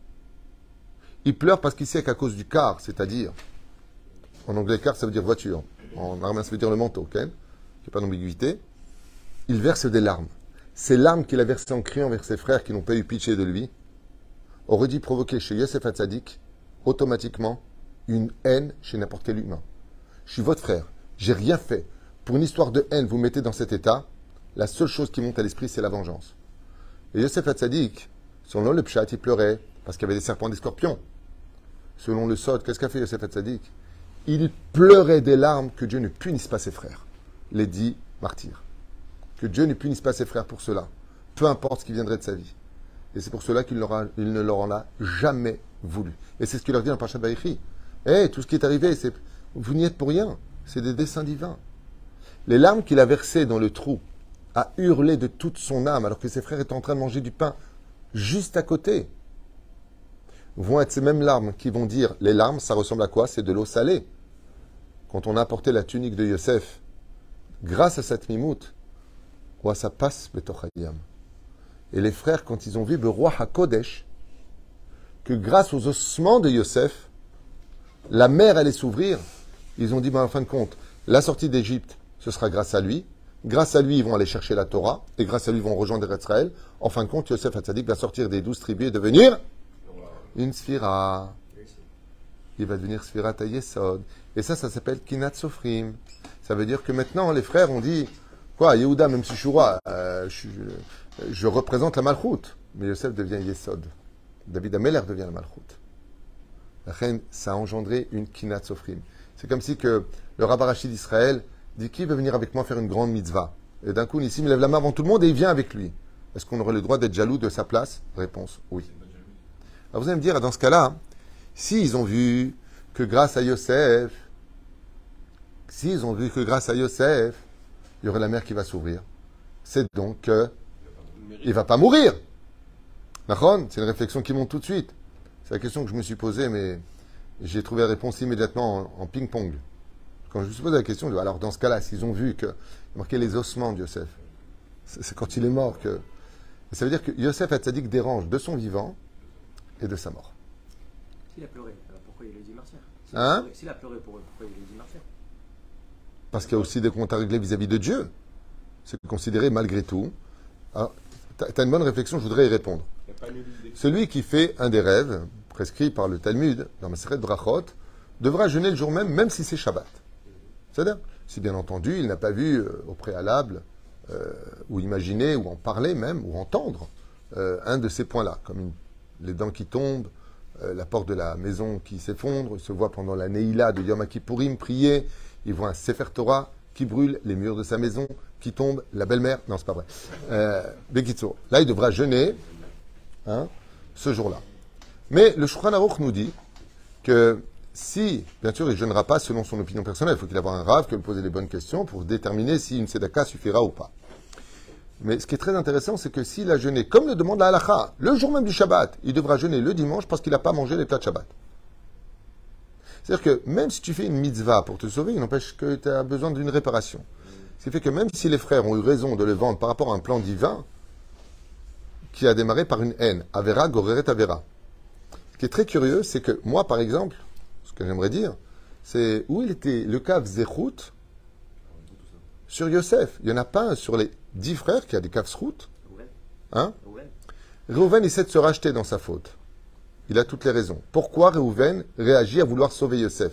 S1: Il pleure parce qu'il sait qu'à cause du car, c'est-à-dire, en anglais car ça veut dire voiture, en araméen ça veut dire le manteau, ok? Il n'y a pas d'ambiguïté. Il verse des larmes. Ces larmes qu'il a versées en criant vers ses frères qui n'ont pas eu pitié de lui, auraient dû provoquer chez Yosef Hatzadik automatiquement une haine chez n'importe quel humain. Je suis votre frère, j'ai rien fait. Pour une histoire de haine, vous mettez dans cet état, la seule chose qui monte à l'esprit, c'est la vengeance. Et Yosef Hatzadik, selon le Pshat, il pleurait parce qu'il y avait des serpents et des scorpions. Selon le Sod, qu'est-ce qu'a fait Yosef Hatzadik? Il pleurait des larmes que Dieu ne punisse pas ses frères, les dix martyrs. Que Dieu ne punisse pas ses frères pour cela, peu importe ce qui viendrait de sa vie. Et c'est pour cela qu'il il ne leur en a jamais voulu. Et c'est ce qu'il leur dit dans Parashat Vayechi. Eh, tout ce qui est arrivé, c'est, vous n'y êtes pour rien. C'est des desseins divins. Les larmes qu'il a versées dans le trou, a hurlé de toute son âme, alors que ses frères étaient en train de manger du pain juste à côté, vont être ces mêmes larmes qui vont dire, les larmes, ça ressemble à quoi? C'est de l'eau salée. Quand on a apporté la tunique de Yosef, grâce à cette mimoute, ou à sa passe betochayam, Et les frères, quand ils ont vu Beroua HaKodesh, que grâce aux ossements de Yosef, la mer allait s'ouvrir, ils ont dit, ben, en fin de compte, la sortie d'Égypte, ce sera grâce à lui. Grâce à lui, ils vont aller chercher la Torah. Et grâce à lui, ils vont rejoindre Israël. En fin de compte, Yosef Hatzadik va sortir des douze tribus et devenir une sphira. Il va devenir Sphira Yesod. Et ça, ça s'appelle Kinat Sofrim. Ça veut dire que maintenant, les frères ont dit, quoi, Yehuda, même si je suis roi, euh, je, je représente la Malchoute. Mais Yosef devient Yesod. David Ameler devient la Malchoute. La reine, ça a engendré une Kinat Sofrim. C'est comme si que le Rav Rashi d'Israël dit, qui veut venir avec moi faire une grande mitzvah? Et d'un coup, Nissim lève la main avant tout le monde et il vient avec lui. Est-ce qu'on aurait le droit d'être jaloux de sa place? Réponse, oui. Alors vous allez me dire, dans ce cas-là, s'ils ont vu que grâce à Yosef, s'ils ont vu que grâce à Yosef, il y aurait la mer qui va s'ouvrir, c'est donc qu'il ne va pas mourir. Nachon, c'est une réflexion qui monte tout de suite. C'est la question que je me suis posée, mais j'ai trouvé la réponse immédiatement en, en ping-pong. Quand je me suis posé la question, je dis, alors dans ce cas-là, s'ils ont vu qu'il marquait les ossements de Yosef, c'est, c'est quand il est mort que... Ça veut dire que Yosef Hatzadik dérange de son vivant et de sa mort.
S6: S'il a pleuré, alors pourquoi il le dit martyr?
S1: Hein?
S6: S'il a pleuré, pour eux, pourquoi il le dit martyr?
S1: Parce qu'il y a aussi des comptes à régler vis-à-vis de Dieu. C'est considéré malgré tout. Alors, tu as une bonne réflexion, je voudrais y répondre. Celui qui fait un des rêves, prescrit par le Talmud, dans Maseret Brachot, devra jeûner le jour même, même si c'est Shabbat. C'est-à-dire, si bien entendu, il n'a pas vu euh, au préalable, euh, ou imaginer, ou en parler même, ou entendre, euh, un de ces points-là, comme une, les dents qui tombent, euh, la porte de la maison qui s'effondre, il se voit pendant la Neila de Yom Kippourim prier, il voit un Sefer Torah qui brûle, les murs de sa maison qui tombent, la belle-mère, non, c'est pas vrai. Euh, Bekitso, là, il devra jeûner hein, ce jour-là. Mais le Shulchan Aruch nous dit que si, bien sûr, il ne jeûnera pas selon son opinion personnelle, il faut qu'il ait un rave, qu'il pose les bonnes questions pour déterminer si une tzedaka suffira ou pas. Mais ce qui est très intéressant, c'est que s'il a jeûné, comme le demande la halakha, le jour même du Shabbat, il devra jeûner le dimanche parce qu'il n'a pas mangé les plats de Shabbat. C'est-à-dire que même si tu fais une mitzvah pour te sauver, il n'empêche que tu as besoin d'une réparation. Ce qui fait que même si les frères ont eu raison de le vendre par rapport à un plan divin, qui a démarré par une haine, Avera, Goreret, Avera. Ce qui est très curieux, c'est que moi, par exemple, ce que j'aimerais dire, c'est où il était le cave Zéchout sur Yosef. Il n'y en a pas un sur les dix frères qui a des caves Zéchout. Hein? Réhouven essaie de se racheter dans sa faute. Il a toutes les raisons. Pourquoi Réhouven réagit à vouloir sauver Yosef?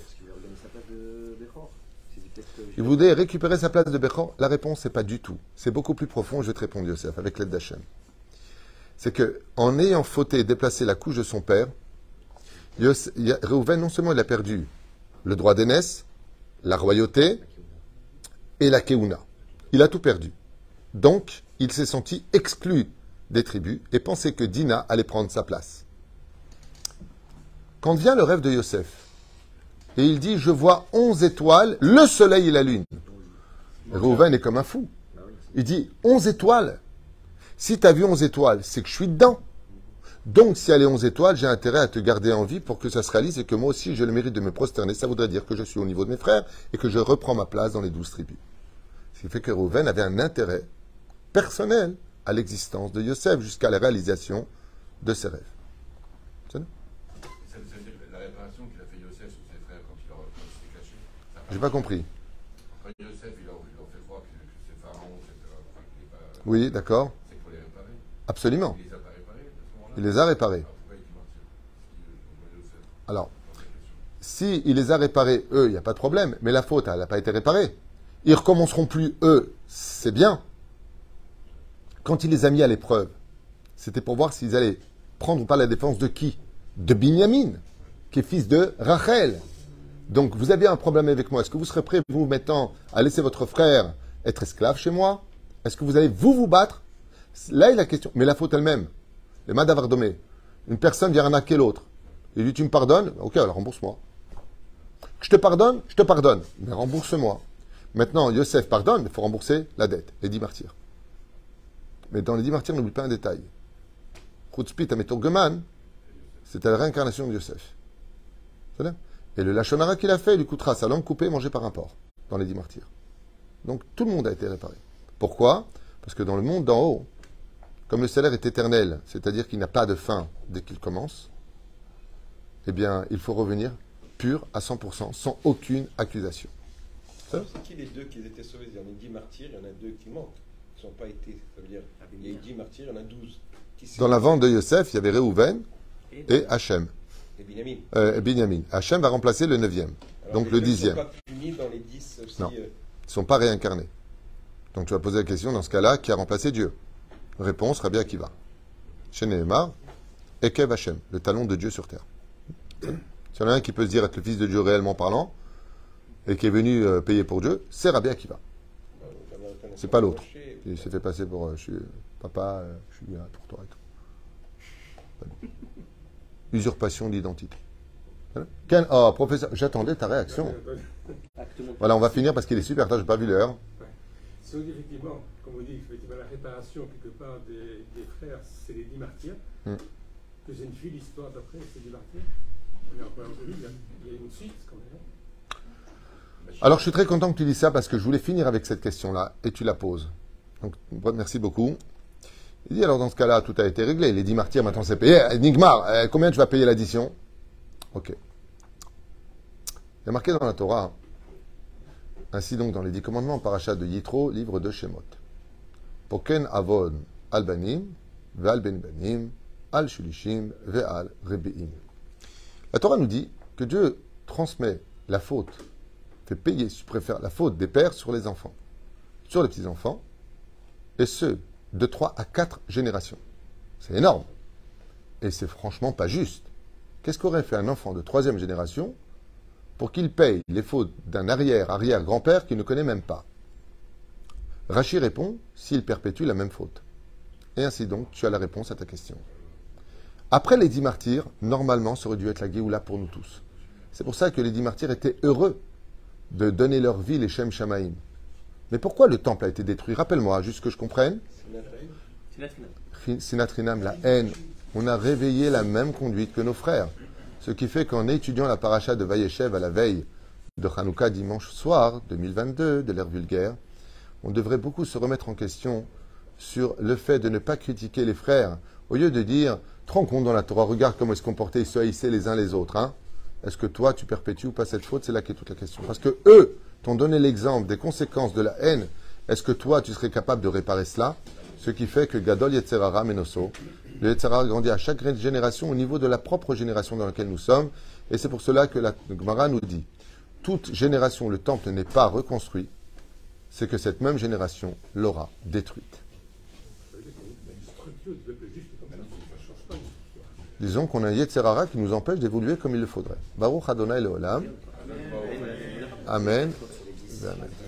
S1: Il voulait récupérer sa place de Bechor. La réponse, c'est pas du tout. C'est beaucoup plus profond. Je vais te répondre, Yosef, avec l'aide d'Hachem. C'est que, en ayant fauté et déplacé la couche de son père, Réhouven, non seulement il a perdu le droit d'aînesse, la royauté et la Keuna. Il a tout perdu. Donc, il s'est senti exclu des tribus et pensait que Dina allait prendre sa place. Quand vient le rêve de Yosef, et il dit, je vois onze étoiles, le soleil et la lune. Réhouven est comme un fou. Il dit, onze étoiles. Si tu as vu onze étoiles, c'est que je suis dedans. Donc, si elle est onze étoiles, j'ai intérêt à te garder en vie pour que ça se réalise et que moi aussi, j'ai le mérite de me prosterner. Ça voudrait dire que je suis au niveau de mes frères et que je reprends ma place dans les douze tribus. Ce qui fait que Réhouven avait un intérêt personnel à l'existence de Yosef jusqu'à la réalisation de ses rêves. C'est ça?
S5: Ça veut dire que la réparation qu'il a fait Yosef sur ses frères quand il, leur, quand il s'est caché.
S1: J'ai pas compris.
S5: Quand Yosef, il leur, il leur fait croire que, que c'est Pharaon, et cetera. Enfin, qu'il est pas,
S1: Oui, d'accord.
S5: c'est pour les réparer.
S1: Absolument.
S5: Il les a pas réparés à ce moment-là.
S1: Il les a réparés.
S5: Alors pourquoi il dit martyr? Si, euh, Yosef,
S1: Alors,
S5: dans cette question.
S1: si il les a réparés, eux, il n'y a pas de problème. Mais la faute, elle n'a pas été réparée. Ils recommenceront plus, eux. C'est bien. Quand il les a mis à l'épreuve, c'était pour voir s'ils allaient prendre ou pas la défense de qui? De Binyamin, qui est fils de Rachel. Donc, vous avez un problème avec moi. Est-ce que vous serez prêts, vous, maintenant, à laisser votre frère être esclave chez moi? Est-ce que vous allez, vous, vous battre? Là est la question. Mais la faute elle-même. Le Madavardomé. Une personne vient arnaquer l'autre. Il dit, tu me pardonnes? Ok, alors rembourse-moi. Je te pardonne? Je te pardonne. Mais rembourse-moi. Maintenant, Yosef pardonne, mais il faut rembourser la dette. Les dix martyrs. Mais dans les dix martyrs, n'oublie pas un détail. Chutzpit Ametorgeman, c'était la réincarnation de Yosef. C'est-à-dire? Et le Lachonara qu'il a fait, il lui coûtera sa langue coupée mangée par un porc, dans les dix martyrs. Donc tout le monde a été réparé. Pourquoi? Parce que dans le monde d'en haut, comme le salaire est éternel, c'est-à-dire qu'il n'a pas de fin dès qu'il commence, eh bien, il faut revenir pur à cent pour cent, sans aucune accusation.
S3: C'est qui les deux qui étaient sauvés? Il y en a dix martyrs, il y en a deux qui manquent. Ils n'ont pas été. Ça veut dire, il y a eu dix martyrs, il y en a douze. Qui
S1: Dans la vente de Yosef, il y avait Réhouven et Hachem.
S3: Et Binyamin.
S1: Euh, Binyamin. Hachem va remplacer le neuvième,
S3: Alors,
S1: donc
S3: les
S1: le
S3: deux ne sont
S1: dixième.
S3: pas punis dans les dix aussi.
S1: Non.
S3: euh,
S1: Ils ne sont pas réincarnés. Donc tu vas poser la question, dans ce cas-là, qui a remplacé Dieu? Réponse, Rabbi Akiva. Chez Nehemar, Ekev Hachem, le talon de Dieu sur terre. S'il y en a un qui peut se dire être le fils de Dieu réellement parlant, et qui est venu euh, payer pour Dieu, c'est Rabbi Akiva.
S3: euh, comme la reconnaissance
S1: C'est pas l'autre.
S3: cachée.
S1: Il s'est fait passer pour euh, je suis papa, euh, je suis là pour toi et tout. Pas lui. Usurpation d'identité. Voilà. Ken, oh, professeur, j'attendais ta réaction.
S6: Ah, que tout le monde-
S1: Voilà, on va finir parce qu'il est super tard, je n'ai pas vu l'heure.
S2: Si on dit effectivement, comme on dit, effectivement, la réparation quelque part des, des frères, c'est les dix martyrs.
S1: Hmm.
S2: Que c'est une fille, l'histoire d'après, c'est dix martyrs. On est encore entendu, il y a- il y a une suite quand même.
S1: Alors, je suis très content que tu dis ça parce que je voulais finir avec cette question-là et tu la poses. Donc, merci beaucoup. Il dit alors, dans ce cas-là, tout a été réglé. Les dix martyrs, maintenant, c'est payé. Eh, Nigmar, eh, combien tu vas payer l'addition? Ok. Il y a marqué dans la Torah, ainsi donc dans les dix commandements, parachat de Yitro, livre de Shemot. Poken avon al banim, ve'al ben banim, al shulishim, ve'al rebi'im. La Torah nous dit que Dieu transmet la faute, fait payer, je préfère, la faute des pères sur les enfants, sur les petits-enfants, et ce, de trois à quatre générations. C'est énorme. Et c'est franchement pas juste. Qu'est-ce qu'aurait fait un enfant de troisième génération pour qu'il paye les fautes d'un arrière-arrière-grand-père qu'il ne connaît même pas? Rachi répond, s'il perpétue la même faute. Et ainsi donc, tu as la réponse à ta question. Après les dix martyrs, normalement, ça aurait dû être la Géoula pour nous tous. C'est pour ça que les dix martyrs étaient heureux de donner leur vie, les Shem Shamaïm. Mais pourquoi le temple a été détruit? Rappelle-moi, juste que je comprenne.
S6: C'est la finale.
S1: Sinatrinam, la haine. On a réveillé la même conduite que nos frères. Ce qui fait qu'en étudiant la paracha de Vayeshev à la veille de Hanouka dimanche soir deux mille vingt-deux, de l'ère vulgaire, on devrait beaucoup se remettre en question sur le fait de ne pas critiquer les frères, au lieu de dire, te rends compte dans la Torah, regarde comment ils se comportaient, ils se haïssaient les uns les autres. Hein. Est-ce que toi, tu perpétues ou pas cette faute? C'est là qu'est toute la question. Parce que eux t'ont donné l'exemple des conséquences de la haine. Est-ce que toi, tu serais capable de réparer cela? Ce qui fait que Gadol Yetzerara Menoso, le Yetzerara grandit à chaque génération au niveau de la propre génération dans laquelle nous sommes. Et c'est pour cela que la Gemara nous dit, toute génération, le temple n'est pas reconstruit, c'est que cette même génération l'aura détruite. Disons qu'on a un Yetzerara qui nous empêche d'évoluer comme il le faudrait. Baruch Adonai Leolam. Amen. Amen.